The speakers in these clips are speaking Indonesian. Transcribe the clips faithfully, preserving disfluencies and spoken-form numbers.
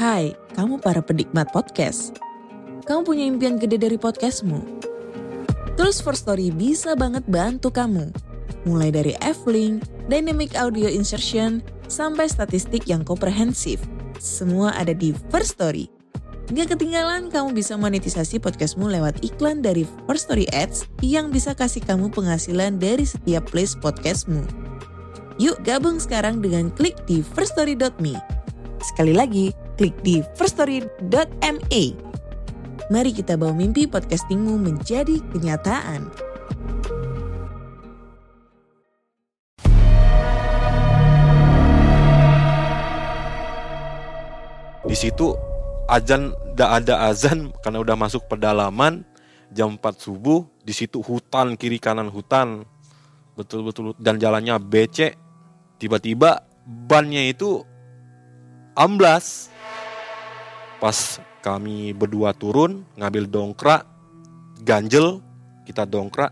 Hai, kamu para penikmat podcast. Kamu punya impian gede dari podcastmu? Tools for Story bisa banget bantu kamu. Mulai dari F-Link, Dynamic Audio Insertion, sampai statistik yang komprehensif. Semua ada di First Story. Gak ketinggalan kamu bisa monetisasi podcastmu lewat iklan dari First Story Ads yang bisa kasih kamu penghasilan dari setiap place podcastmu. Yuk gabung sekarang dengan klik di first story dot me. Sekali lagi, klik di first story dot me. Mari kita bawa mimpi podcastingmu menjadi kenyataan. Di situ azan, tidak ada azan karena udah masuk pedalaman jam empat subuh. Di situ hutan, kiri kanan hutan, betul-betul, dan jalannya becek. Tiba-tiba bannya itu amblas. Pas kami berdua turun ngambil dongkrak, ganjel, kita dongkrak.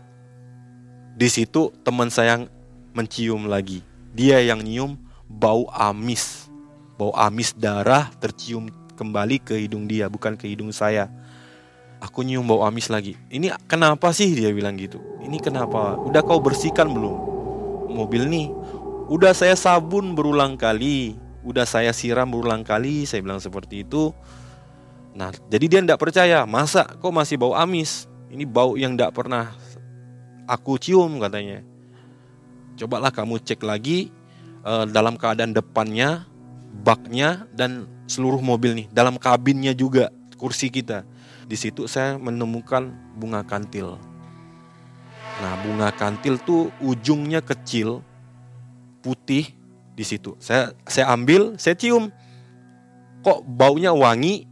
Di situ teman saya mencium lagi. Dia yang nyium bau amis. Bau amis darah tercium kembali ke hidung dia, bukan ke hidung saya. Aku nyium bau amis lagi. Ini kenapa sih, dia bilang gitu. Ini kenapa? Udah kau bersihkan belum mobil nih? Udah saya sabun berulang kali, udah saya siram berulang kali, saya bilang seperti itu. Nah, jadi dia tidak percaya. Masa kok masih bau amis? Ini bau yang tidak pernah aku cium, katanya. Cobalah kamu cek lagi uh, dalam keadaan depannya, baknya, dan seluruh mobil nih, dalam kabinnya juga, kursi kita. Di situ saya menemukan bunga kantil. Nah, bunga kantil tuh ujungnya kecil, putih. Di situ saya saya ambil, saya cium, kok baunya wangi,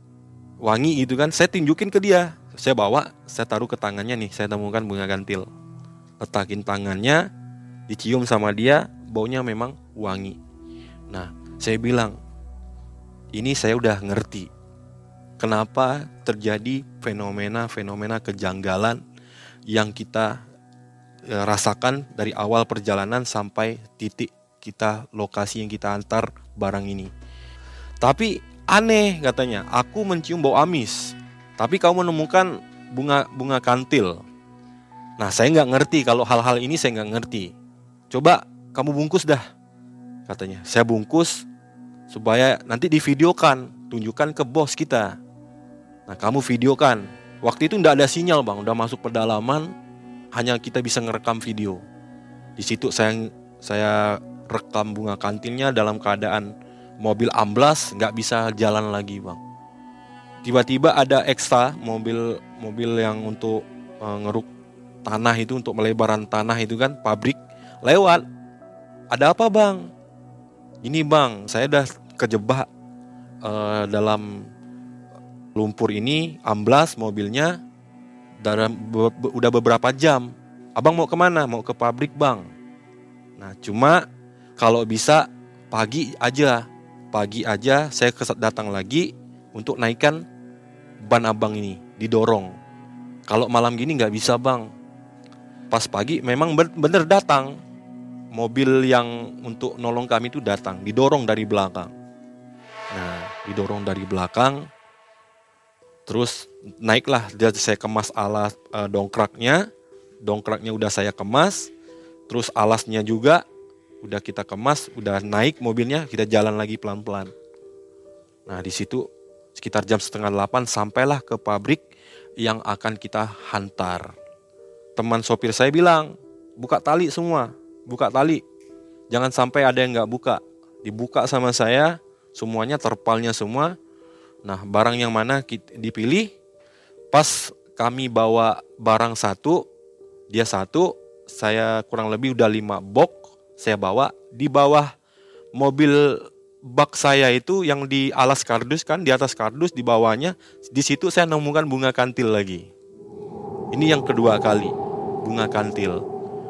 wangi itu kan. Saya tunjukin ke dia, saya bawa, saya taruh ke tangannya nih, saya temukan bunga kantil. Letakin tangannya, dicium sama dia, baunya memang wangi. Nah, saya bilang, ini saya udah ngerti kenapa terjadi fenomena-fenomena kejanggalan yang kita ya, rasakan dari awal perjalanan sampai titik kita, lokasi yang kita antar barang ini. Tapi aneh, katanya, aku mencium bau amis, tapi kamu menemukan bunga bunga kantil. Nah, saya nggak ngerti, kalau hal-hal ini saya nggak ngerti. Coba kamu bungkus dah, katanya. Saya bungkus supaya nanti divideokan, tunjukkan ke bos kita. Nah, kamu videokan. Waktu itu nggak ada sinyal, bang, udah masuk pedalaman, hanya kita bisa ngerekam video. Di situ saya saya rekam bunga kantilnya dalam keadaan mobil amblas, nggak bisa jalan lagi, bang. Tiba-tiba ada ekstra mobil mobil yang untuk uh, ngeruk tanah itu, untuk melebaran tanah itu kan, pabrik lewat. Ada apa, bang? Ini, bang, saya udah kejebak uh, dalam lumpur ini, amblas mobilnya dalam be- be- udah beberapa jam. Abang mau kemana? Mau ke pabrik, bang. Nah, cuma kalau bisa pagi aja, pagi aja saya datang lagi untuk naikkan ban abang ini, didorong. Kalau malam gini nggak bisa, bang. Pas pagi memang bener datang, mobil yang untuk nolong kami itu datang, didorong dari belakang. Nah, didorong dari belakang, terus naiklah, dia saya kemas alas uh, dongkraknya, dongkraknya udah saya kemas, terus alasnya juga udah kita kemas, udah naik mobilnya, kita jalan lagi pelan-pelan. Nah, di situ sekitar jam setengah delapan sampailah ke pabrik yang akan kita hantar. Teman sopir saya bilang, buka tali semua, buka tali, jangan sampai ada yang nggak buka. Dibuka sama saya, semuanya, terpalnya semua. Nah, barang yang mana dipilih. Pas kami bawa barang satu, dia satu, saya kurang lebih udah lima box saya bawa. Di bawah mobil bak saya itu yang di alas kardus kan, di atas kardus, di bawahnya, di situ saya nemukan bunga kantil lagi. Ini yang kedua kali, bunga kantil.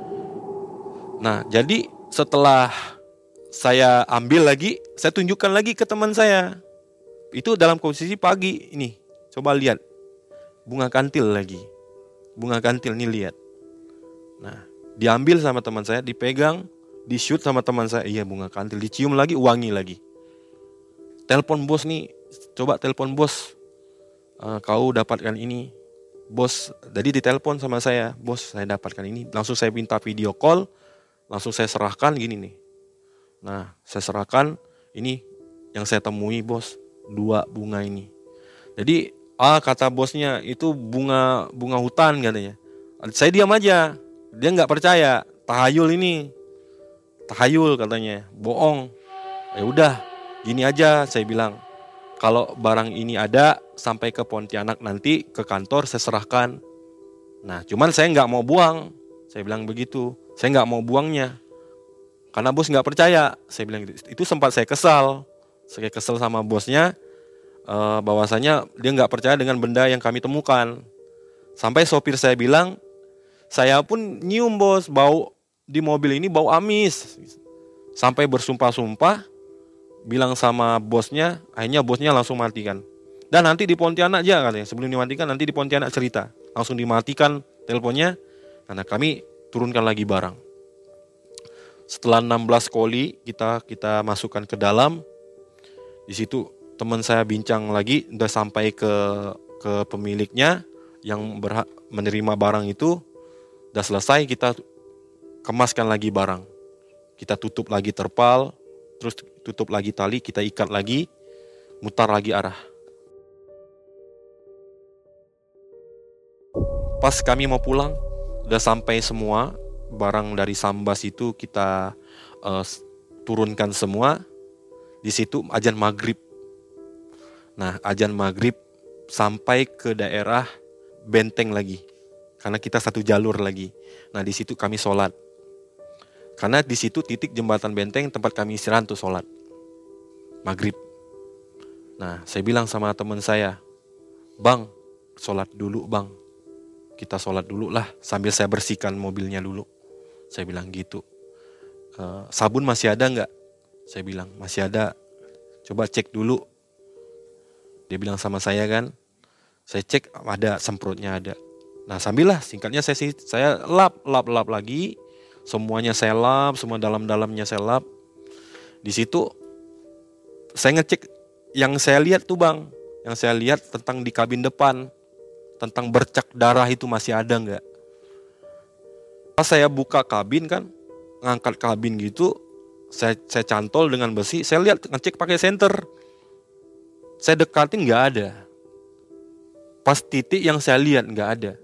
Nah, jadi setelah saya ambil lagi, saya tunjukkan lagi ke teman saya. Itu dalam posisi pagi ini. Coba lihat, bunga kantil lagi. Bunga kantil nih, lihat. Nah, diambil sama teman saya, dipegang, di shoot sama teman saya. Iya, bunga kantil. Dicium lagi, wangi lagi. Telepon bos nih, coba telepon bos, uh, kau dapatkan ini. Bos, jadi ditelepon sama saya, bos saya dapatkan ini. Langsung saya minta video call, langsung saya serahkan gini nih. Nah, saya serahkan ini yang saya temui bos, dua bunga ini. Jadi, ah kata bosnya itu bunga bunga hutan katanya. Saya diam aja, dia nggak percaya, tahayul ini, tahayul katanya, bohong. Ya udah, gini aja saya bilang. Kalau barang ini ada sampai ke Pontianak nanti ke kantor saya serahkan. Nah cuman saya nggak mau buang. Saya bilang begitu. Saya nggak mau buangnya. Karena bos nggak percaya. Saya bilang gitu. Itu sempat saya kesal. Saya kesal sama bosnya. Eh, bahwasanya dia nggak percaya dengan benda yang kami temukan. Sampai sopir saya bilang, saya pun nyium bos bau di mobil ini bau amis. Sampai bersumpah-sumpah. Bilang sama bosnya, akhirnya bosnya langsung matikan. Dan nanti di Pontianak aja katanya, sebelum dimatikan nanti di Pontianak cerita. Langsung dimatikan teleponnya, karena kami turunkan lagi barang. Setelah enam belas koli kita kita masukkan ke dalam. Di situ teman saya bincang lagi, udah sampai ke ke pemiliknya yang berhak menerima barang itu. Udah selesai, kita kemaskan lagi barang. Kita tutup lagi terpal, terus tutup lagi tali, kita ikat lagi, mutar lagi arah. Pas kami mau pulang, udah sampai semua barang dari Sambas itu kita uh, turunkan semua. Di situ azan maghrib. Nah azan maghrib sampai ke daerah Benteng lagi, karena kita satu jalur lagi. Nah di situ kami sholat. Karena di situ titik jembatan Benteng tempat kami istirahat untuk sholat maghrib. Nah saya bilang sama teman saya, bang sholat dulu bang, kita sholat dulu lah sambil saya bersihkan mobilnya dulu. Saya bilang gitu. E, sabun masih ada nggak? Saya bilang masih ada. Coba cek dulu. Dia bilang sama saya kan. Saya cek ada, semprotnya ada. Nah sambil lah singkatnya saya saya lap lap lap lagi. Semuanya saya lap, semua dalam-dalamnya saya lap. Di situ saya ngecek yang saya lihat tuh bang, yang saya lihat tentang di kabin depan, tentang bercak darah itu masih ada nggak? Pas saya buka kabin kan, ngangkat kabin gitu, saya saya cantol dengan besi, saya lihat ngecek pakai senter, saya dekatin nggak ada. Pas titik yang saya lihat nggak ada.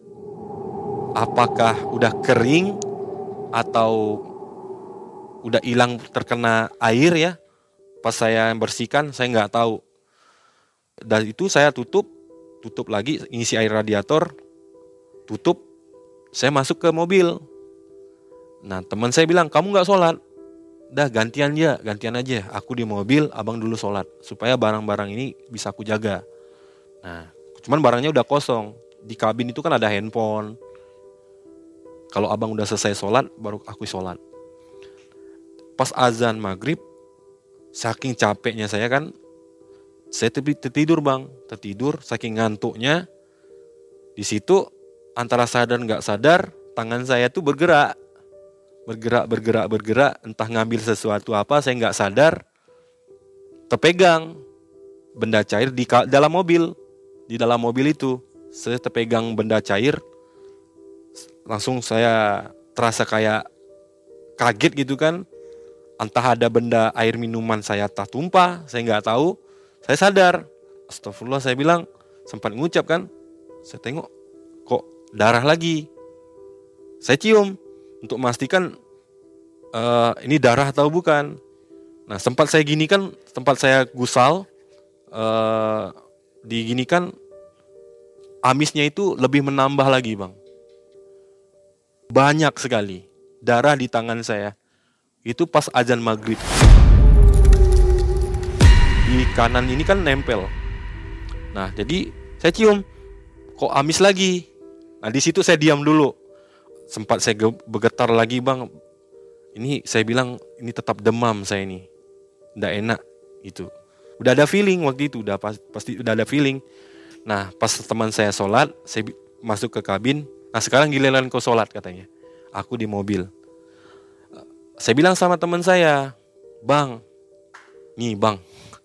Apakah udah kering? Atau udah hilang terkena air ya. Pas saya bersihkan saya nggak tahu. Dan itu saya tutup, tutup lagi, ngisi air radiator, tutup, saya masuk ke mobil. Nah teman saya bilang, kamu nggak sholat? Dah gantian ya, gantian aja. Aku di mobil, abang dulu sholat supaya barang-barang ini bisa aku jaga. Nah cuman barangnya udah kosong. Di kabin itu kan ada handphone. Kalau abang udah selesai sholat, baru aku sholat. Pas azan maghrib, saking capeknya saya kan, saya tertidur bang, tertidur, saking ngantuknya. Di situ antara sadar nggak sadar, tangan saya tuh bergerak, bergerak, bergerak, bergerak, entah ngambil sesuatu apa, saya nggak sadar, terpegang benda cair di dalam mobil, di dalam mobil itu, saya terpegang benda cair. Langsung saya terasa kayak kaget gitu kan. Entah ada benda air minuman saya tak tumpah, saya nggak tahu. Saya sadar, astagfirullah saya bilang, sempat ngucap kan. Saya tengok, kok darah lagi. Saya cium untuk memastikan uh, ini darah atau bukan. Nah sempat saya gini kan, tempat saya gusal, uh, diginikan, amisnya itu lebih menambah lagi bang. Banyak sekali darah di tangan saya. Itu pas azan maghrib. Di kanan ini kan nempel. Nah jadi saya cium, kok amis lagi. Nah di situ saya diam dulu. Sempat saya bergetar lagi bang. Ini saya bilang ini tetap demam saya ini. Nggak enak gitu. Udah ada feeling waktu itu, udah pasti udah ada feeling. Nah pas teman saya sholat, saya masuk ke kabin. Nah sekarang giliran kau sholat katanya. Aku di mobil. Saya bilang sama teman saya, bang, nih bang,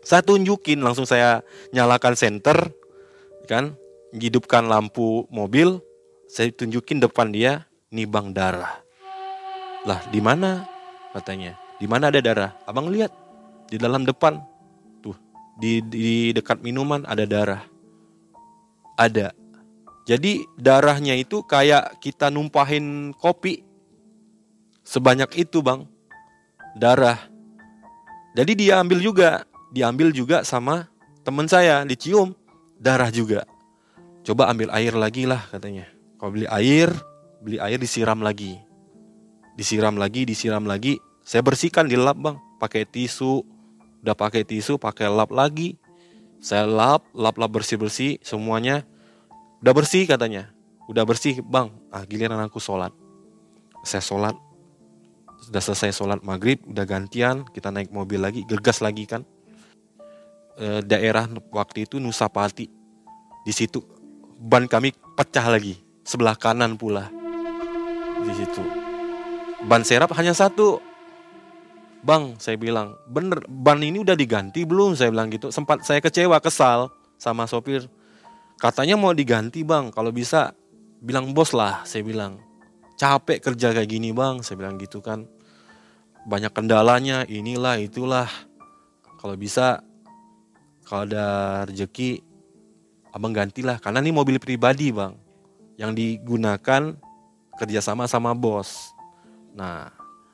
Saya tunjukin, langsung saya nyalakan senter, kan, hidupkan lampu mobil, saya tunjukin depan dia, nih bang darah. Lah di mana? Katanya. Di mana ada darah? Abang lihat di dalam depan, tuh di, di dekat minuman ada darah. Ada. Jadi darahnya itu kayak kita numpahin kopi. Sebanyak itu bang, darah. Jadi dia ambil juga, diambil juga sama teman saya, dicium, darah juga. Coba ambil air lagi lah katanya. Kalau beli air, beli air disiram lagi. Disiram lagi, disiram lagi. Saya bersihkan di lap bang, pakai tisu. Udah pakai tisu, pakai lap lagi. Saya lap, lap-lap bersih-bersih semuanya. Udah bersih katanya. Udah bersih bang. Ah giliran aku sholat. Saya sholat. Sudah selesai sholat maghrib. Udah gantian. Kita naik mobil lagi. Gegas lagi kan. E, daerah waktu itu Nusapati. Di situ ban kami pecah lagi. Sebelah kanan pula. Di situ. Ban serap hanya satu. Bang saya bilang. Bener ban ini udah diganti belum? Saya bilang gitu. Sempat saya kecewa, kesal sama sopir. Katanya mau diganti bang, kalau bisa bilang bos lah, saya bilang. Capek kerja kayak gini bang, saya bilang gitu kan. Banyak kendalanya, inilah, itulah. Kalau bisa, kalau ada rezeki, abang gantilah. Karena ini mobil pribadi bang, yang digunakan kerjasama sama bos. Nah,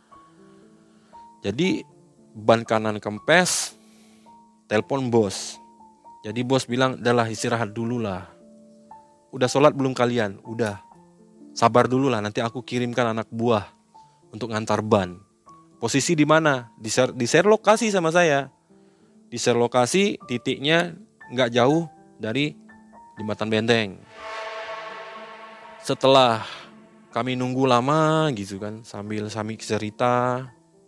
jadi ban kanan kempes, telepon bos. Jadi bos bilang, udahlah istirahat dulu lah. Udah sholat belum kalian? Udah. Sabar dulu lah, nanti aku kirimkan anak buah untuk ngantar ban. Posisi di mana? Di share, di share lokasi sama saya. Di share lokasi, titiknya nggak jauh dari Jembatan Benteng. Setelah kami nunggu lama gitu kan, sambil sambil cerita,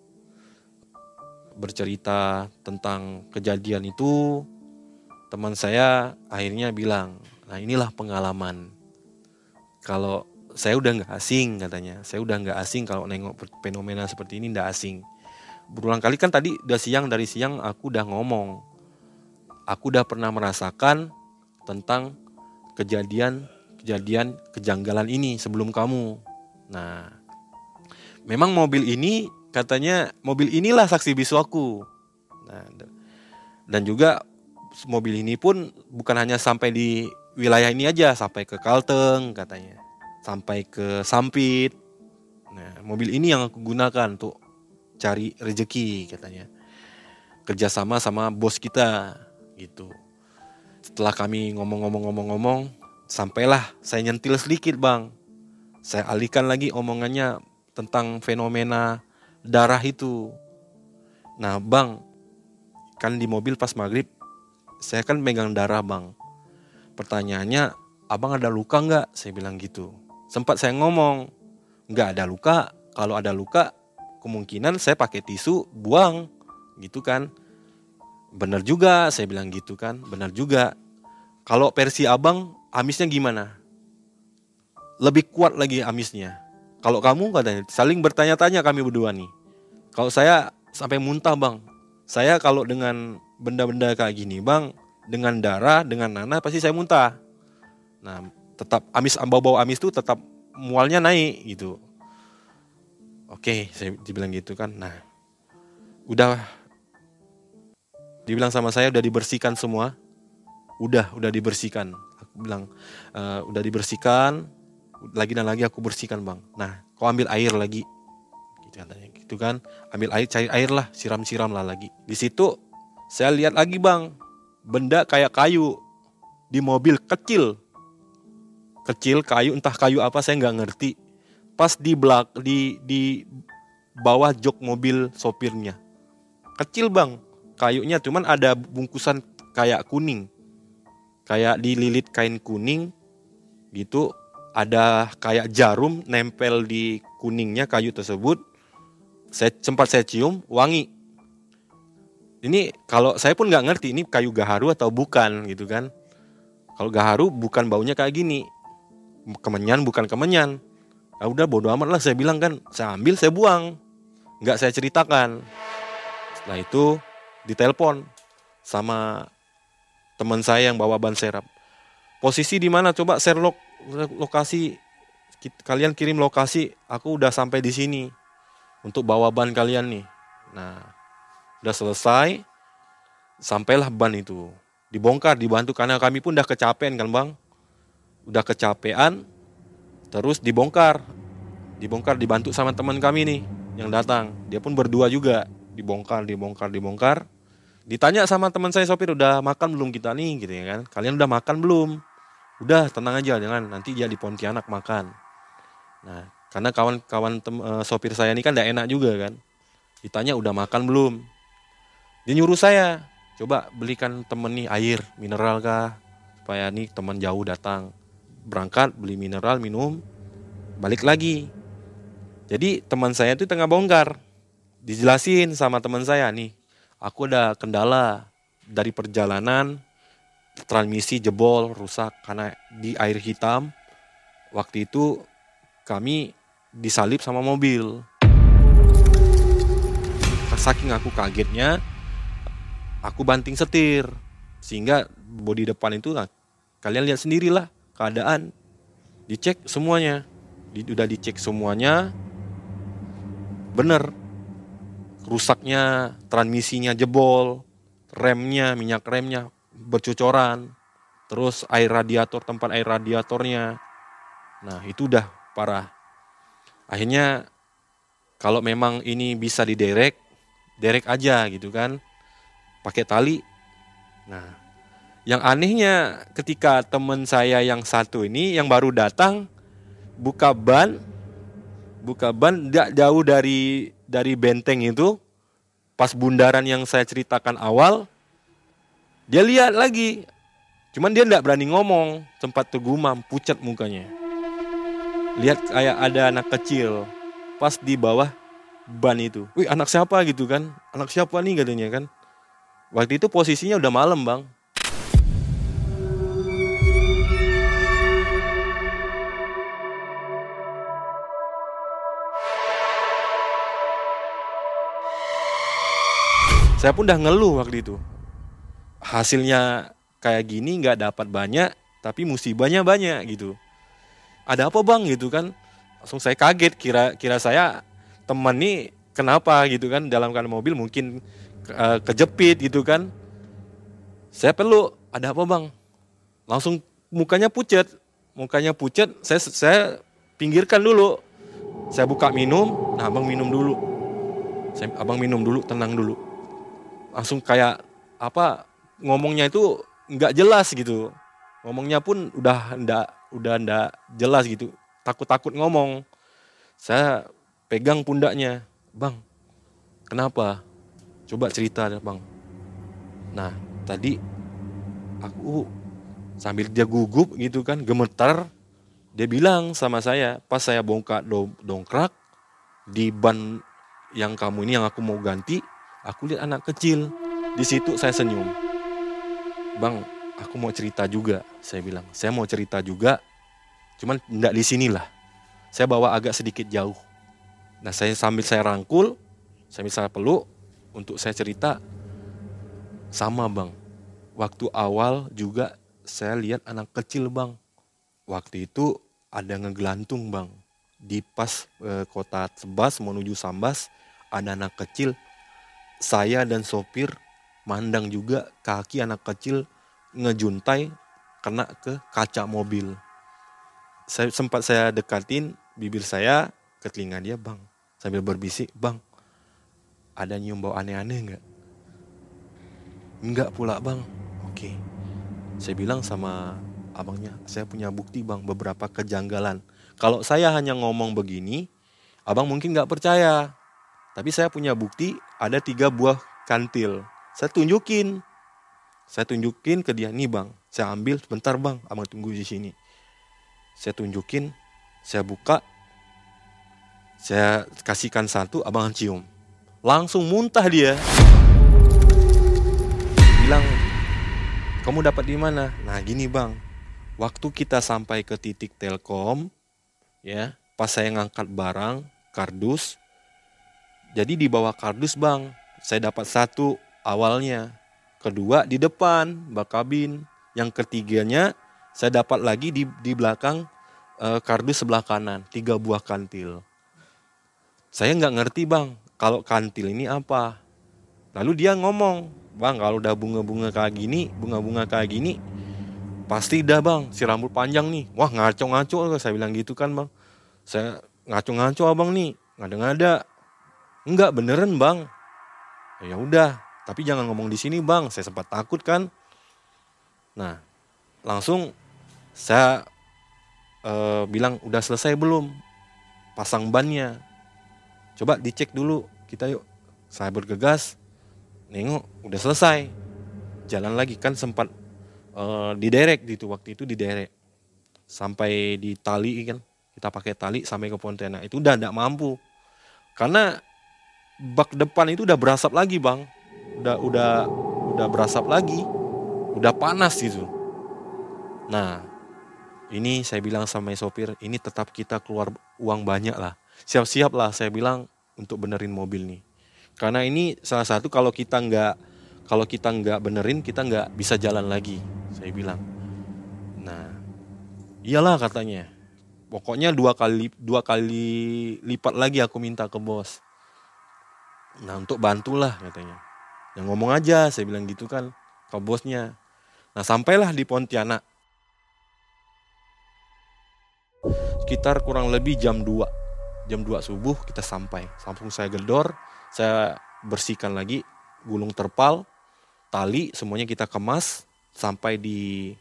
bercerita tentang kejadian itu, teman saya akhirnya bilang, nah inilah pengalaman. Kalau saya udah gak asing katanya. Saya udah gak asing kalau nengok fenomena seperti ini, gak asing. Berulang kali kan tadi udah siang, dari siang aku udah ngomong. Aku udah pernah merasakan tentang kejadian-kejadian kejanggalan ini sebelum kamu. Nah, memang mobil ini katanya, mobil inilah saksi bisu aku. Nah, dan juga mobil ini pun bukan hanya sampai di wilayah ini aja, sampai ke Kalteng katanya, sampai ke Sampit. Nah, mobil ini yang aku gunakan untuk cari rezeki katanya, kerjasama sama bos kita gitu. Setelah kami ngomong-ngomong-ngomong-ngomong, sampailah saya nyentil sedikit bang. Saya alihkan lagi omongannya tentang fenomena darah itu. Nah bang, kan di mobil pas maghrib saya kan megang darah bang. Pertanyaannya, abang ada luka gak? Saya bilang gitu. Sempat saya ngomong, gak ada luka. Kalau ada luka, kemungkinan saya pakai tisu, buang. Gitu kan. Benar juga, saya bilang gitu kan. Benar juga. Kalau versi abang, amisnya gimana? Lebih kuat lagi amisnya. Kalau kamu katanya, saling bertanya-tanya kami berdua nih. Kalau saya sampai muntah bang. Saya kalau dengan benda-benda kayak gini bang, dengan darah, dengan nanah pasti saya muntah. Nah, tetap amis, bau-bau amis itu tetap mualnya naik gitu. Oke, saya dibilang gitu kan. Nah, udah dibilang sama saya udah dibersihkan semua. Udah, udah dibersihkan. Aku bilang, e, udah dibersihkan. Lagi dan lagi aku bersihkan bang. Nah, kau ambil air lagi. Gitu katanya, gitu kan. Ambil air, cari air lah, siram-siram lah lagi. Di situ saya lihat lagi bang, benda kayak kayu di mobil kecil, kecil kayu, entah kayu apa saya nggak ngerti. Pas di belak di di bawah jok mobil sopirnya, kecil bang, kayunya cuman ada bungkusan kayak kuning, kayak dililit kain kuning, gitu. Ada kayak jarum nempel di kuningnya kayu tersebut. Saya sempat saya cium, wangi. Ini kalau saya pun nggak ngerti ini kayu gaharu atau bukan gitu kan. Kalau gaharu bukan baunya kayak gini. Kemenyan bukan kemenyan. Nah, udah bodo amat lah saya bilang kan. Saya ambil, saya buang. Nggak saya ceritakan. Setelah itu ditelepon. sama teman saya yang bawa ban serep. Posisi di mana? Coba share lok, lokasi. Kalian kirim lokasi. Aku udah sampai di sini untuk bawa ban kalian nih. Nah, udah selesai. Sampailah ban itu. Dibongkar, dibantu karena kami pun udah kecapean kan bang. Udah kecapean. Terus dibongkar. Dibongkar, dibantu sama teman kami nih yang datang. Dia pun berdua juga. Dibongkar, dibongkar, dibongkar. Ditanya sama teman saya sopir, udah makan belum kita nih gitu ya kan. Kalian udah makan belum? Udah, tenang aja, jangan nanti dia di Pontianak makan. Nah, karena kawan-kawan tem, uh, sopir saya ini kan gak enak juga kan. Ditanya udah makan belum? Dia nyuruh saya, coba belikan temen nih air, mineral kah? Supaya nih teman jauh datang. Berangkat, beli mineral, minum, balik lagi. Jadi teman saya itu tengah bongkar. Dijelasin sama teman saya nih, aku ada kendala dari perjalanan. Transmisi jebol, rusak karena di air hitam. Waktu itu kami disalip sama mobil. Saking aku kagetnya, aku banting setir. Sehingga bodi depan itu, nah, kalian lihat sendirilah keadaan. Dicek semuanya. Di, udah dicek semuanya. Bener. Rusaknya, transmisinya jebol. Remnya, minyak remnya bercucuran, terus air radiator, tempat air radiatornya, nah itu udah parah. Akhirnya kalau memang ini bisa diderek, derek aja gitu kan, pakai tali. Nah, yang anehnya ketika teman saya yang satu ini yang baru datang buka ban, buka ban tidak jauh dari dari benteng itu, pas bundaran yang saya ceritakan awal. Dia lihat lagi, cuman dia enggak berani ngomong, sempat tergumam, pucat mukanya. Lihat kayak ada anak kecil pas di bawah ban itu. Wih, anak siapa gitu kan? Anak siapa nih katanya kan? Waktu itu posisinya udah malam bang. Saya pun udah ngeluh waktu itu. Hasilnya kayak gini nggak dapat banyak, tapi musibahnya banyak gitu. Ada apa bang gitu kan? Langsung saya kaget, kira kira saya teman nih kenapa gitu kan, dalam keadaan mobil mungkin uh, kejepit gitu kan. Saya peluk, ada apa bang? Langsung mukanya pucat, mukanya pucat. Saya saya pinggirkan dulu. Saya buka minum, nah abang minum dulu. Saya, abang minum dulu, tenang dulu. Langsung kayak apa? Ngomongnya itu nggak jelas gitu, ngomongnya pun udah ndak udah ndak jelas gitu, takut-takut ngomong. Saya pegang pundaknya, bang, kenapa? Coba cerita deh bang. Nah tadi aku sambil dia gugup gitu kan, gemetar, dia bilang sama saya pas saya bongkar do, dongkrak di ban yang kamu ini yang aku mau ganti, aku lihat anak kecil. Di situ saya senyum. Bang, aku mau cerita juga, saya bilang. Saya mau cerita juga, cuman enggak di sinilah. Saya bawa agak sedikit jauh. Nah, saya sambil saya rangkul, sambil saya peluk, untuk saya cerita. Sama bang, waktu awal juga saya lihat anak kecil bang. Waktu itu ada ngegelantung bang. Di pas e, kota Tebas menuju Sambas, ada anak kecil. Saya dan sopir mandang juga kaki anak kecil ngejuntai kena ke kaca mobil. Saya sempat saya dekatin bibir saya ke telinga dia bang, sambil berbisik, bang, ada nyium bau aneh-aneh nggak? Enggak pula bang. Oke. Saya bilang sama abangnya, saya punya bukti bang, beberapa kejanggalan. Kalau saya hanya ngomong begini, abang mungkin nggak percaya. Tapi saya punya bukti, ada tiga buah kantil. Saya tunjukin. Saya tunjukin ke dia, nih bang, saya ambil, sebentar bang, abang tunggu di sini. Saya tunjukin, saya buka, saya kasihkan satu, abang cium. Langsung muntah dia. Bilang, kamu dapat di mana? Nah gini bang, waktu kita sampai ke titik Telkom, ya, pas saya ngangkat barang, kardus, jadi di bawah kardus bang, saya dapat satu awalnya. kedua di depan bak kabin, yang ketiganya saya dapat lagi di di belakang uh, kardus sebelah kanan, tiga buah kantil. Saya nggak ngerti bang, kalau kantil ini apa. Lalu dia ngomong, bang kalau udah bunga-bunga kayak gini, bunga-bunga kayak gini, pasti dah bang si rambut panjang nih. Wah ngaco-ngaco, saya bilang gitu kan bang. Saya ngaco-ngaco abang nih, ngada-ngada. Enggak beneran bang. Ya udah, tapi jangan ngomong di sini bang, saya sempat takut kan. Nah, langsung saya uh, bilang udah selesai belum pasang bannya. Coba dicek dulu, kita yuk. Saya bergegas, nengok udah selesai. Jalan lagi kan sempat uh, diderek gitu, waktu itu diderek. Sampai di tali kan, kita pakai tali sampai ke Pontianak. Itu udah enggak mampu. Karena bak depan itu udah berasap lagi bang, udah udah udah berasap lagi, udah panas gitu. Nah ini saya bilang sama sopir, ini tetap kita keluar uang banyak lah, siap-siap lah saya bilang untuk benerin mobil nih. Karena ini salah satu kalau kita nggak kalau kita nggak benerin kita nggak bisa jalan lagi, saya bilang. Nah iyalah katanya, pokoknya dua kali dua kali lipat lagi aku minta ke bos. Nah untuk bantulah katanya. Yang ngomong aja saya bilang gitu kan ke bosnya. Nah sampailah di Pontianak. Sekitar kurang lebih jam dua. Jam dua subuh kita sampai. Langsung saya gedor, saya bersihkan lagi, gulung terpal, tali, semuanya kita kemas. Sampai di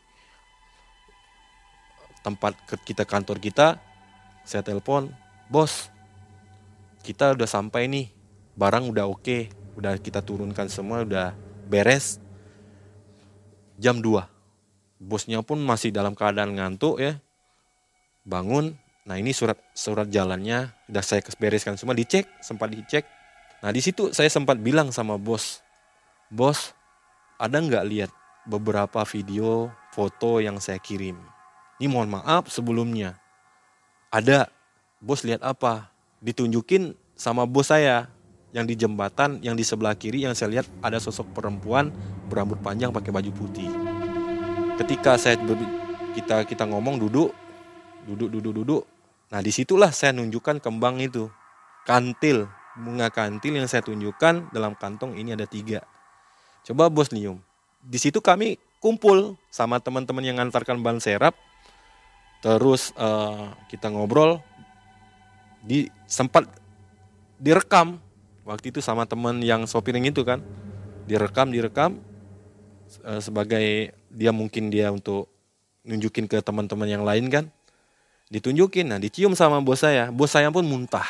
tempat kita kantor kita, saya telepon, bos kita udah sampai nih. Barang udah oke, udah kita turunkan semua, udah beres. Jam dua. Bosnya pun masih dalam keadaan ngantuk ya. Bangun. Nah ini surat surat jalannya udah saya bereskan semua, dicek, sempat dicek. Nah di situ saya sempat bilang sama bos, bos ada nggak lihat beberapa video, foto yang saya kirim? Ini mohon maaf sebelumnya. Ada. Bos lihat apa? Ditunjukin sama bos saya. Yang di jembatan, yang di sebelah kiri yang saya lihat ada sosok perempuan berambut panjang pakai baju putih. Ketika saya kita kita ngomong duduk, duduk duduk duduk. Nah disitulah saya nunjukkan kembang itu, kantil, bunga kantil yang saya tunjukkan dalam kantong ini ada tiga. Coba bos nyium. Di situ kami kumpul sama teman-teman yang ngantarkan ban serap. Terus uh, kita ngobrol, di sempat direkam. Waktu itu sama teman yang sopiring itu kan, direkam, direkam e, sebagai dia mungkin dia untuk nunjukin ke teman-teman yang lain kan, ditunjukin. Nah dicium sama bos saya, bos saya pun muntah,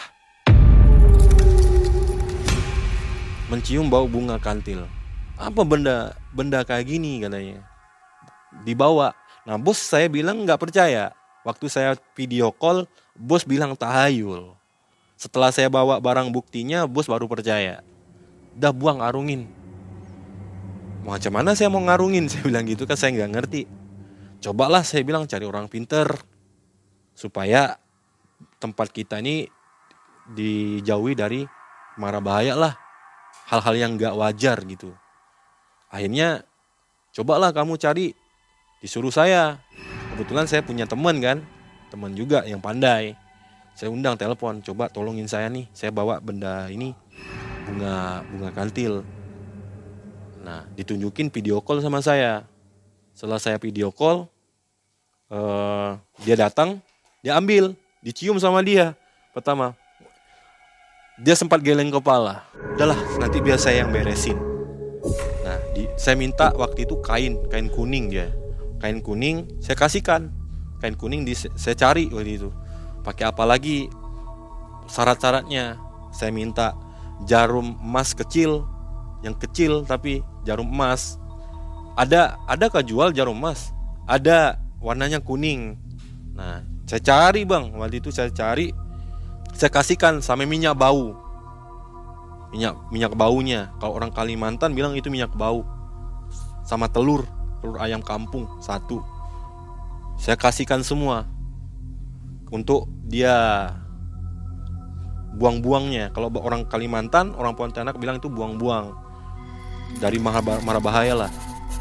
mencium bau bunga kantil. Apa benda benda kayak gini katanya, dibawa. Nah bos saya bilang nggak percaya. Waktu saya video call, bos bilang tahayul. Setelah saya bawa barang buktinya, bos baru percaya. Dah buang, arungin. Macam mana saya mau ngarungin? Saya bilang gitu kan, saya nggak ngerti. Cobalah saya bilang cari orang pinter. Supaya tempat kita ini dijauhi dari mara bahaya lah. Hal-hal yang nggak wajar gitu. Akhirnya, cobalah kamu cari. Disuruh saya. Kebetulan saya punya teman kan. Teman juga yang pandai. Saya undang telepon, coba tolongin saya nih, saya bawa benda ini, bunga bunga kantil. Nah, ditunjukin video call sama saya. Setelah saya video call, uh, dia datang, dia ambil, dicium sama dia. Pertama, dia sempat geleng kepala. Udahlah, nanti biar saya yang beresin. Nah, di, saya minta waktu itu kain, kain kuning dia, kain kuning, saya kasihkan, kain kuning di, saya cari waktu itu. Pakai apa lagi syarat-syaratnya? Saya minta jarum emas kecil, yang kecil tapi jarum emas. Ada adakah jual jarum emas? Ada, warnanya kuning. Nah, saya cari bang, waktu itu saya cari, saya kasihkan sama minyak bau, minyak minyak baunya. Kalau orang Kalimantan bilang itu minyak bau. Sama telur, telur ayam kampung satu. Saya kasihkan semua. Untuk dia buang-buangnya. Kalau orang Kalimantan, orang Pontianak bilang itu buang-buang. dari mara bahaya lah.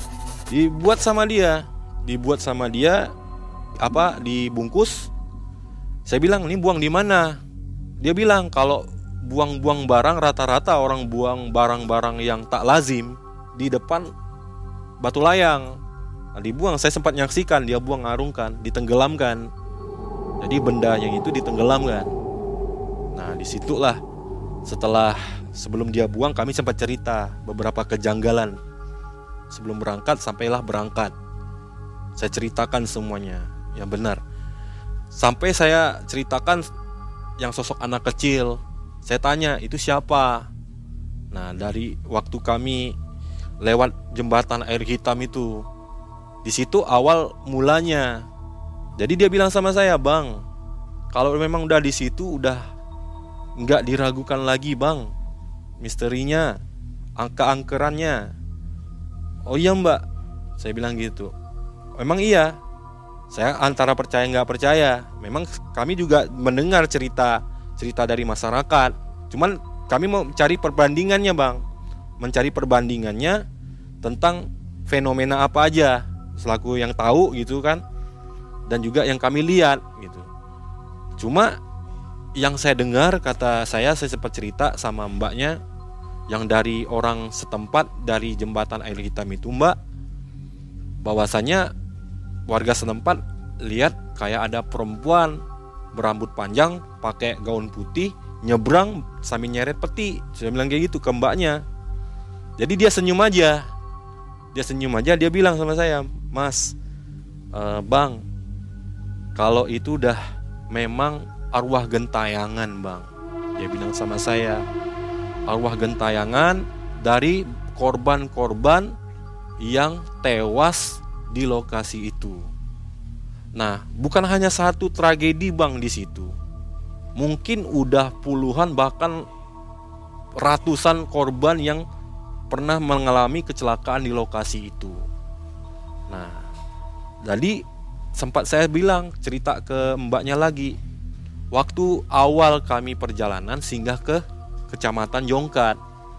Dibuat sama dia, dibuat sama dia apa dibungkus. Saya bilang, ini buang di mana? Dia bilang kalau buang-buang barang rata-rata orang buang barang-barang yang tak lazim di depan batu layang. Nah, dibuang, saya sempat nyaksikan dia buang, ngarungkan, ditenggelamkan. Jadi benda yang itu ditenggelamkan. Nah, disitulah setelah sebelum dia buang kami sempat cerita beberapa kejanggalan. Sebelum berangkat sampailah berangkat, saya ceritakan semuanya yang benar. Sampai saya ceritakan yang sosok anak kecil. Saya tanya, itu siapa? Nah, dari waktu kami lewat jembatan air hitam itu, di situ awal mulanya. Jadi dia bilang sama saya, "Bang, kalau memang udah di situ udah nggak diragukan lagi, Bang. Misterinya, angka-angkerannya." "Oh iya, Mbak," saya bilang gitu. Memang iya. Saya antara percaya nggak percaya. Memang kami juga mendengar cerita cerita dari masyarakat. Cuman kami mau cari perbandingannya, Bang. Mencari perbandingannya tentang fenomena apa aja selaku yang tahu gitu kan. Dan juga yang kami lihat gitu. Cuma yang saya dengar, kata saya saya sempat cerita sama mbaknya yang dari orang setempat dari jembatan air hitam itu, Mbak, bahwasanya warga setempat lihat kayak ada perempuan berambut panjang pakai gaun putih nyebrang sambil nyeret peti. Saya bilang kayak gitu ke mbaknya. Jadi dia senyum aja. Dia senyum aja, dia bilang sama saya, "Mas, uh, Bang, kalau itu udah memang arwah gentayangan, Bang." Dia bilang sama saya, arwah gentayangan dari korban-korban yang tewas di lokasi itu. Nah, bukan hanya satu tragedi, Bang, di situ. Mungkin udah puluhan bahkan ratusan korban yang pernah mengalami kecelakaan di lokasi itu. Nah, jadi sempat saya bilang, cerita ke mbaknya lagi, waktu awal kami perjalanan singgah ke Kecamatan Jongkat,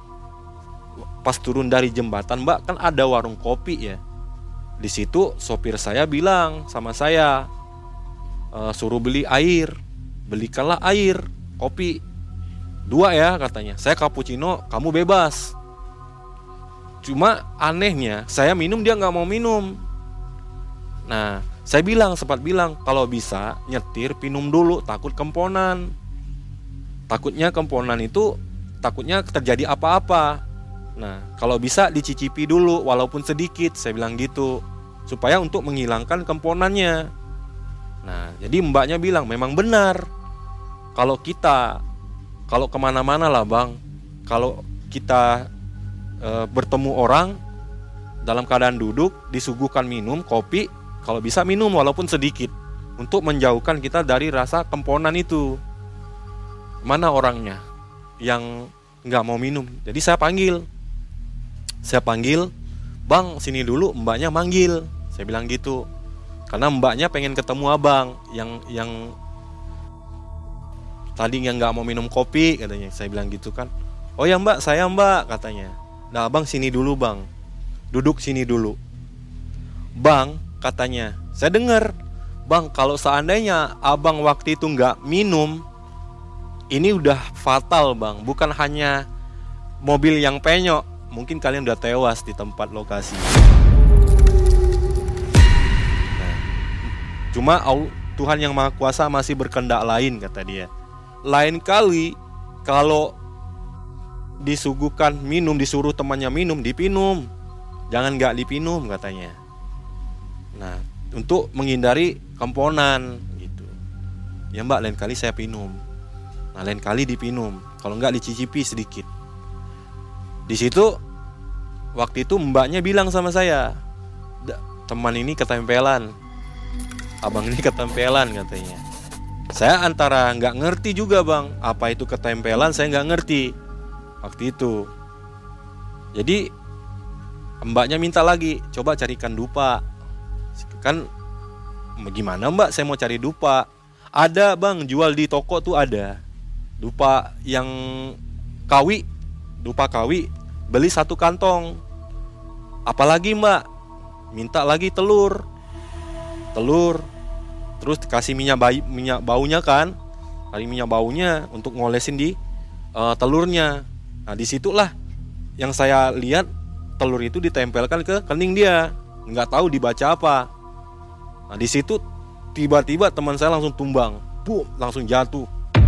pas turun dari jembatan, Mbak, kan ada warung kopi ya. Di situ sopir saya bilang sama saya, e, suruh beli air, belikanlah air, kopi dua ya katanya. Saya cappuccino, kamu bebas. Cuma anehnya saya minum, dia nggak mau minum. Nah, saya bilang, sempat bilang, kalau bisa nyetir minum dulu, takut kemponan. Takutnya kemponan itu takutnya terjadi apa-apa. Nah, kalau bisa dicicipi dulu walaupun sedikit, saya bilang gitu, supaya untuk menghilangkan kemponannya. Nah, jadi mbaknya bilang memang benar. Kalau kita kalau kemana-mana lah, Bang, kalau kita e, bertemu orang dalam keadaan duduk, disuguhkan minum kopi, kalau bisa minum walaupun sedikit, untuk menjauhkan kita dari rasa kemponan itu. Mana orangnya yang nggak mau minum? Jadi saya panggil, saya panggil, "Bang, sini dulu." Mbaknya manggil, saya bilang gitu, karena mbaknya pengen ketemu abang yang yang tadi yang nggak mau minum kopi katanya. Saya bilang gitu kan. "Oh ya, Mbak, saya Mbak," katanya. "Nah, Abang sini dulu, Bang, duduk sini dulu." "Bang," katanya, saya dengar, "Bang, kalau seandainya abang waktu itu nggak minum, ini udah fatal, Bang. Bukan hanya mobil yang penyok, mungkin kalian udah tewas di tempat lokasi." Nah, cuma Tuhan yang Maha Kuasa masih berkehendak lain, kata dia. Lain kali kalau disuguhkan minum, disuruh temannya minum, dipinum. Jangan nggak dipinum, katanya. Nah, untuk menghindari kemponan gitu. "Ya, Mbak, lain kali saya pinum." Nah, lain kali dipinum, kalau enggak dicicipi sedikit. Di situ waktu itu mbaknya bilang sama saya, "Teman ini ketempelan, abang ini ketempelan," katanya. Saya antara nggak ngerti juga, Bang, apa itu ketempelan, saya nggak ngerti waktu itu. Jadi mbaknya minta lagi, "Coba carikan dupa." Kan gimana, Mbak, saya mau cari dupa? "Ada, Bang, jual di toko tuh ada dupa yang kawi, dupa kawi beli satu kantong. Apalagi mbak, minta lagi telur, telur, terus dikasih minyak bayi, minyak baunya kan, hari minyak baunya untuk ngolesin di uh, telurnya. Nah disitulah yang saya lihat telur itu ditempelkan ke kening dia, nggak tahu dibaca apa. Nah di situ tiba-tiba teman saya langsung tumbang, boom, langsung jatuh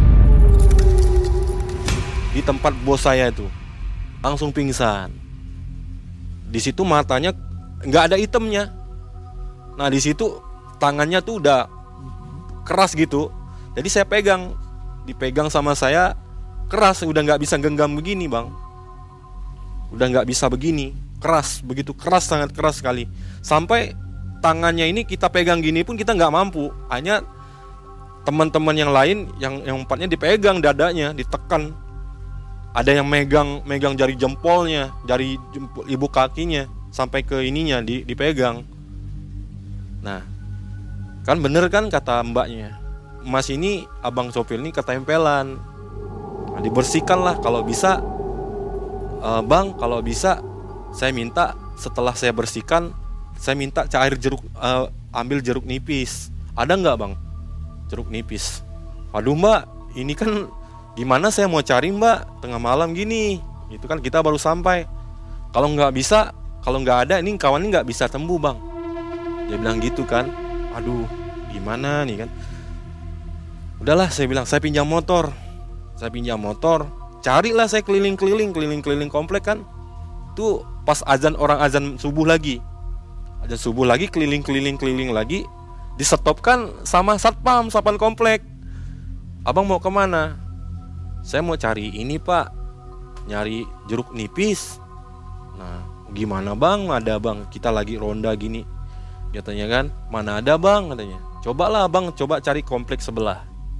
di tempat bos saya itu, langsung pingsan. Di situ matanya nggak ada itemnya. Nah di situ tangannya tuh udah keras gitu. Jadi saya pegang, dipegang sama saya keras, udah nggak bisa genggam begini bang. Udah nggak bisa begini, keras, begitu keras, sangat keras sekali. Sampai tangannya ini kita pegang gini pun kita nggak mampu. Hanya teman-teman yang lain yang yang empatnya dipegang dadanya, ditekan. Ada yang megang megang jari jempolnya, jari jempol, ibu kakinya sampai ke ininya di, dipegang. Nah, kan bener kan kata mbaknya, Mas ini abang sopir ini ketempelan. Nah, dibersihkan lah kalau bisa. E, bang, kalau bisa saya minta setelah saya bersihkan, saya minta cair jeruk, e, ambil jeruk nipis. Ada nggak bang jeruk nipis? Waduh mbak, ini kan gimana saya mau cari mbak, tengah malam gini, itu kan kita baru sampai. Kalau nggak bisa, kalau nggak ada, ini kawan ini nggak bisa tembuh bang. Dia bilang gitu kan. Aduh, gimana nih kan? Udahlah, saya bilang saya pinjam motor, saya pinjam motor, carilah saya keliling-keliling, keliling-keliling komplek kan. Tuh pas azan, orang azan subuh lagi, azan subuh lagi, keliling-keliling-keliling lagi, disetopkan sama satpam, satpam komplek. Abang mau kemana? Saya mau cari ini pak, nyari jeruk nipis. Nah gimana bang, ada bang, kita lagi ronda gini, katanya kan. Mana ada bang, katanya. Cobalah bang, coba cari kompleks sebelah.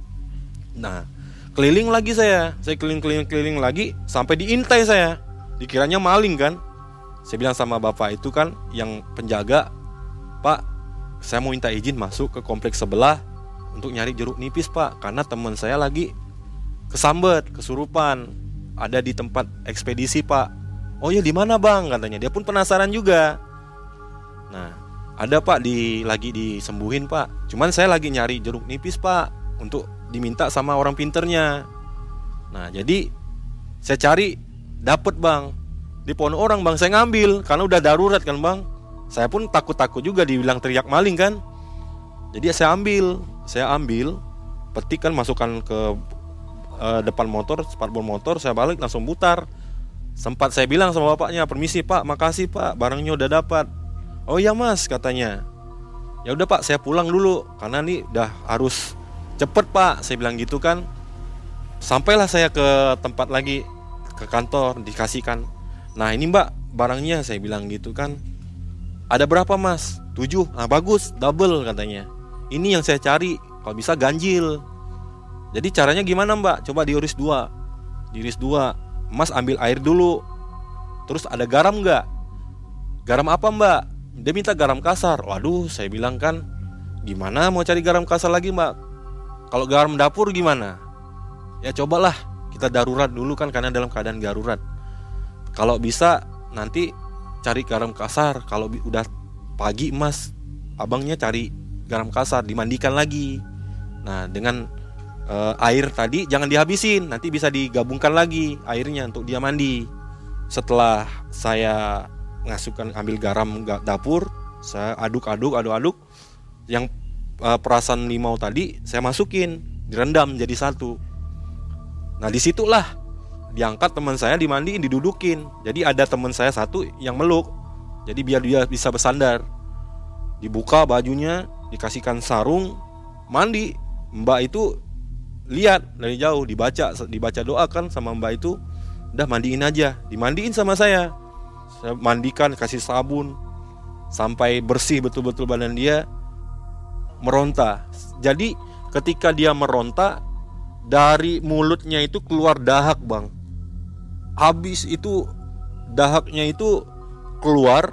Nah keliling lagi saya, saya keliling-keliling-keliling lagi, sampai diintai saya, dikiranya maling kan. Saya bilang sama bapak itu kan, yang penjaga, pak saya mau minta izin masuk ke kompleks sebelah untuk nyari jeruk nipis pak, karena teman saya lagi kesambet, kesurupan, ada di tempat ekspedisi pak. Oh ya di mana bang, katanya. Dia pun penasaran juga. Nah ada pak, di lagi disembuhin pak, cuman saya lagi nyari jeruk nipis pak, untuk diminta sama orang pinternya. Nah jadi saya cari, dapet bang, di pohon orang bang, saya ngambil karena udah darurat kan bang. Saya pun takut-takut juga dibilang teriak maling kan. Jadi saya ambil, saya ambil, petik kan, masukkan ke depan motor, sparbon motor, saya balik langsung putar. Sempat saya bilang sama bapaknya, permisi pak, makasih pak, barangnya udah dapat. Oh iya mas, katanya. Ya udah pak, saya pulang dulu karena nih udah harus cepet pak, saya bilang gitu kan. Sampailah saya ke tempat lagi, ke kantor, dikasihkan. Nah ini mbak barangnya, saya bilang gitu kan. Ada berapa mas? Tujuh. Nah bagus, double katanya. Ini yang saya cari, kalau bisa ganjil. Jadi caranya gimana mbak? Coba diiris dua, diiris dua. Mas ambil air dulu. Terus ada garam nggak? Garam apa mbak? Dia minta garam kasar. Waduh, saya bilang kan, gimana mau cari garam kasar lagi mbak? Kalau garam dapur gimana? Ya cobalah, kita darurat dulu kan, karena dalam keadaan darurat. Kalau bisa nanti cari garam kasar. Kalau udah pagi mas, abangnya cari garam kasar, dimandikan lagi. Nah dengan Uh, air tadi jangan dihabisin, nanti bisa digabungkan lagi airnya untuk dia mandi. Setelah saya ngasukkan, ambil garam dapur, saya aduk-aduk, aduk-aduk. Yang uh, perasan limau tadi saya masukin, direndam jadi satu. Nah disitulah diangkat teman saya, dimandiin, didudukin. Jadi ada teman saya satu yang meluk, jadi biar dia bisa bersandar. Dibuka bajunya, dikasihkan sarung, mandi. Mbak itu lihat dari jauh, dibaca dibaca doa kan sama mbak itu. Udah mandiin aja, dimandiin sama saya. Saya mandikan, kasih sabun sampai bersih betul-betul badan dia. Meronta. Jadi ketika dia meronta, dari mulutnya itu keluar dahak bang. Habis itu dahaknya itu keluar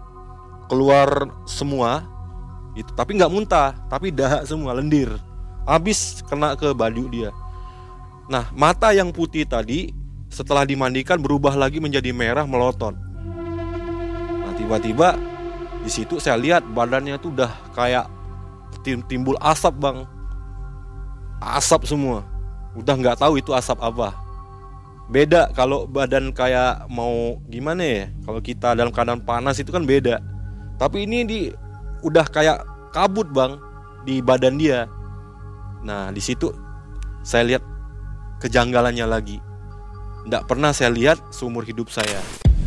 keluar semua itu, tapi nggak muntah, tapi dahak semua, lendir. Habis kena ke baju dia. Nah mata yang putih tadi setelah dimandikan berubah lagi menjadi merah melotot. Nah tiba-tiba di situ saya lihat badannya tuh udah kayak timbul asap bang, asap semua. Udah nggak tahu itu asap apa. Beda kalau badan kayak mau gimana ya, kalau kita dalam keadaan panas itu kan beda. Tapi ini di udah kayak kabut bang di badan dia. Nah di situ saya lihat kejanggalannya lagi. Nggak pernah saya lihat seumur hidup saya.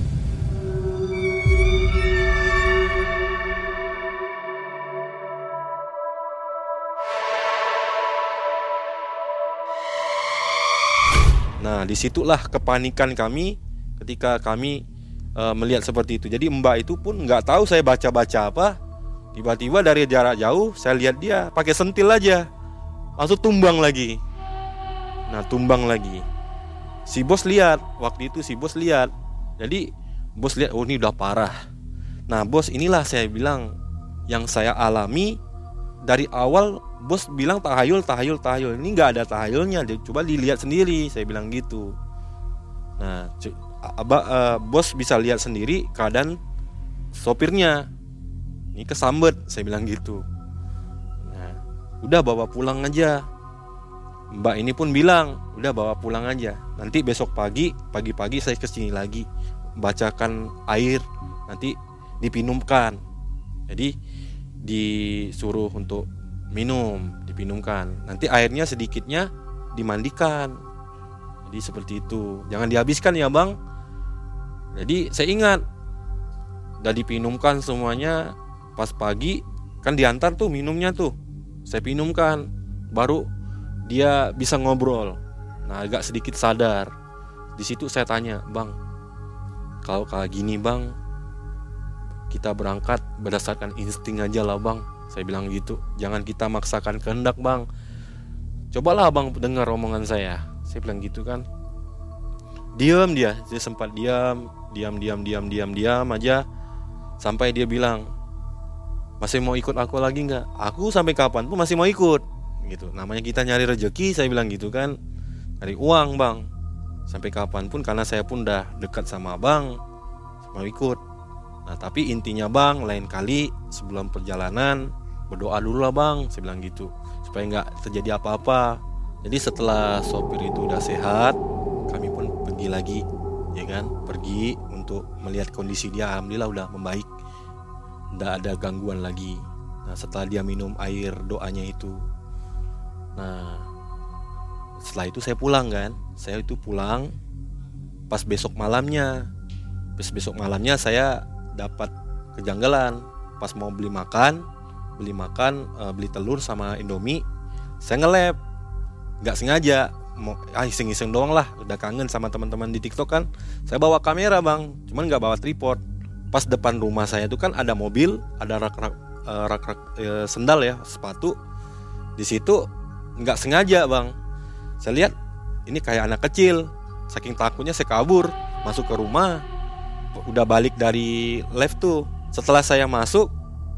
Nah disitulah kepanikan kami ketika kami e, melihat seperti itu. Jadi mbak itu pun nggak tahu saya baca-baca apa. Tiba-tiba dari jarak jauh saya lihat dia pakai sentil aja, langsung tumbang lagi. Nah tumbang lagi. Si bos lihat, waktu itu si bos lihat. Jadi bos lihat, oh ini udah parah. Nah bos, inilah saya bilang yang saya alami dari awal. Bos bilang tahayul, tahayul, tahayul. Ini nggak ada tahayulnya. Coba dilihat sendiri, saya bilang gitu. Nah, abah, uh, bos bisa lihat sendiri keadaan sopirnya. Ini kesambet, saya bilang gitu. Nah, udah bawa pulang aja. Mbak ini pun bilang, udah bawa pulang aja. Nanti besok pagi, pagi-pagi saya kesini lagi, bacakan air, nanti dipinumkan. Jadi disuruh untuk minum, dipinumkan. Nanti airnya sedikitnya dimandikan. Jadi seperti itu. Jangan dihabiskan ya bang. Jadi saya ingat, udah dipinumkan semuanya. Pas pagi kan diantar tuh minumnya tuh, saya pinumkan. Baru dia bisa ngobrol. Nah agak sedikit sadar. Di situ saya tanya, bang, kalau kayak gini bang, kita berangkat berdasarkan insting aja lah bang. Saya bilang gitu. Jangan kita maksakan kehendak bang. Cobalah bang dengar omongan saya. Saya bilang gitu kan. Diam dia. Dia sempat diam. Diam, diam, diam, diam, diam aja. Sampai dia bilang, masih mau ikut aku lagi gak? Aku sampai kapan pun masih mau ikut gitu. Namanya kita nyari rezeki. Saya bilang gitu kan. Cari uang bang. Sampai kapan pun. Karena saya pun udah dekat sama bang, mau ikut. Nah tapi intinya bang, lain kali sebelum perjalanan berdoa dulu lah bang, saya bilang gitu, supaya nggak terjadi apa-apa. Jadi setelah sopir itu udah sehat, kami pun pergi lagi, ya kan, pergi untuk melihat kondisi dia. Alhamdulillah udah membaik, nggak ada gangguan lagi. Nah setelah dia minum air doanya itu, nah setelah itu saya pulang kan, saya itu pulang pas besok malamnya, pas besok malamnya saya dapat kejanggalan. Pas mau beli makan, beli makan, uh, beli telur sama Indomie, saya nge-lab, nggak sengaja, mau ah, iseng-iseng doang lah, udah kangen sama teman-teman di TikTok kan. Saya bawa kamera bang, cuman nggak bawa tripod. Pas depan rumah saya itu kan ada mobil, ada rak-rak, uh, rak-rak uh, sendal ya, sepatu. Di situ nggak sengaja bang, saya lihat ini kayak anak kecil. Saking takutnya saya kabur, masuk ke rumah. Udah balik dari live tuh. Setelah saya masuk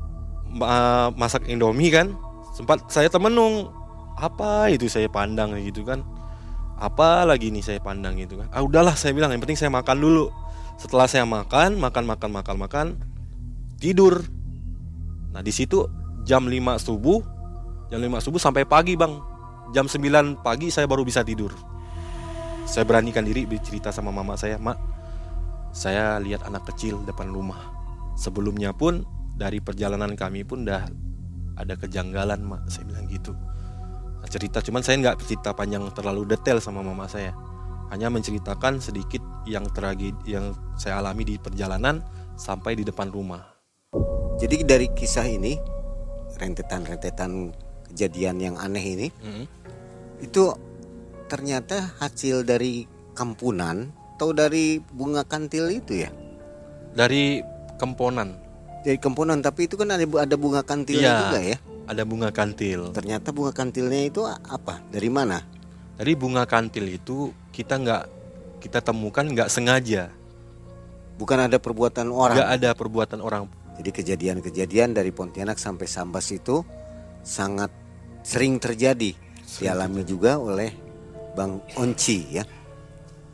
uh, masak Indomie kan, sempat saya temenung, apa itu saya pandang gitu kan, apa lagi nih saya pandang gitu kan. Ah udahlah saya bilang, yang penting saya makan dulu. Setelah saya makan, makan makan makan makan tidur. Nah di situ jam lima subuh, jam lima subuh sampai pagi bang. Jam sembilan pagi saya baru bisa tidur. Saya beranikan diri bercerita sama mama saya, mak, saya lihat anak kecil depan rumah. Sebelumnya pun dari perjalanan kami pun dah ada kejanggalan mak, saya bilang gitu. Nah, cerita, cuman saya nggak cerita panjang terlalu detail sama mama saya, hanya menceritakan sedikit yang tragedi yang saya alami di perjalanan sampai di depan rumah. Jadi dari kisah ini, rentetan-rentetan kejadian yang aneh ini, mm-hmm. itu ternyata hasil dari kampunan atau dari bunga kantil itu ya? Dari kemponan. Dari kemponan, tapi itu kan ada ada bunga kantilnya ya, juga ya? Ada bunga kantil. Ternyata bunga kantilnya itu apa? Dari mana? Dari bunga kantil itu kita nggak kita temukan nggak sengaja. Bukan ada perbuatan orang. Nggak ada perbuatan orang. Jadi kejadian-kejadian dari Pontianak sampai Sambas itu sangat sering terjadi, sering dialami terjadi juga oleh Bang Onci ya.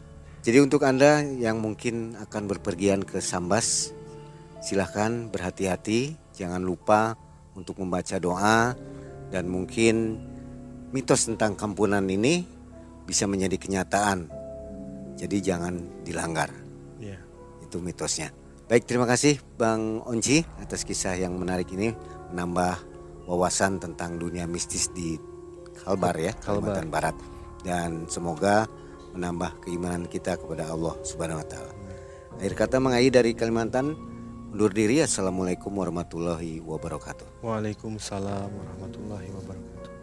Jadi untuk Anda yang mungkin akan berpergian ke Sambas, silahkan berhati-hati, jangan lupa untuk membaca doa, dan mungkin mitos tentang Kampunan ini bisa menjadi kenyataan. Jadi jangan dilanggar. Iya. Itu mitosnya. Baik, terima kasih Bang Onci atas kisah yang menarik ini, menambah wawasan tentang dunia mistis di Kalbar ya, Kalimantan Barat. Dan semoga menambah keimanan kita kepada Allah Subhanahu wa taala. Akhir kata Mang Ai dari Kalimantan undur diri. Assalamualaikum warahmatullahi wabarakatuh. Waalaikumsalam warahmatullahi wabarakatuh.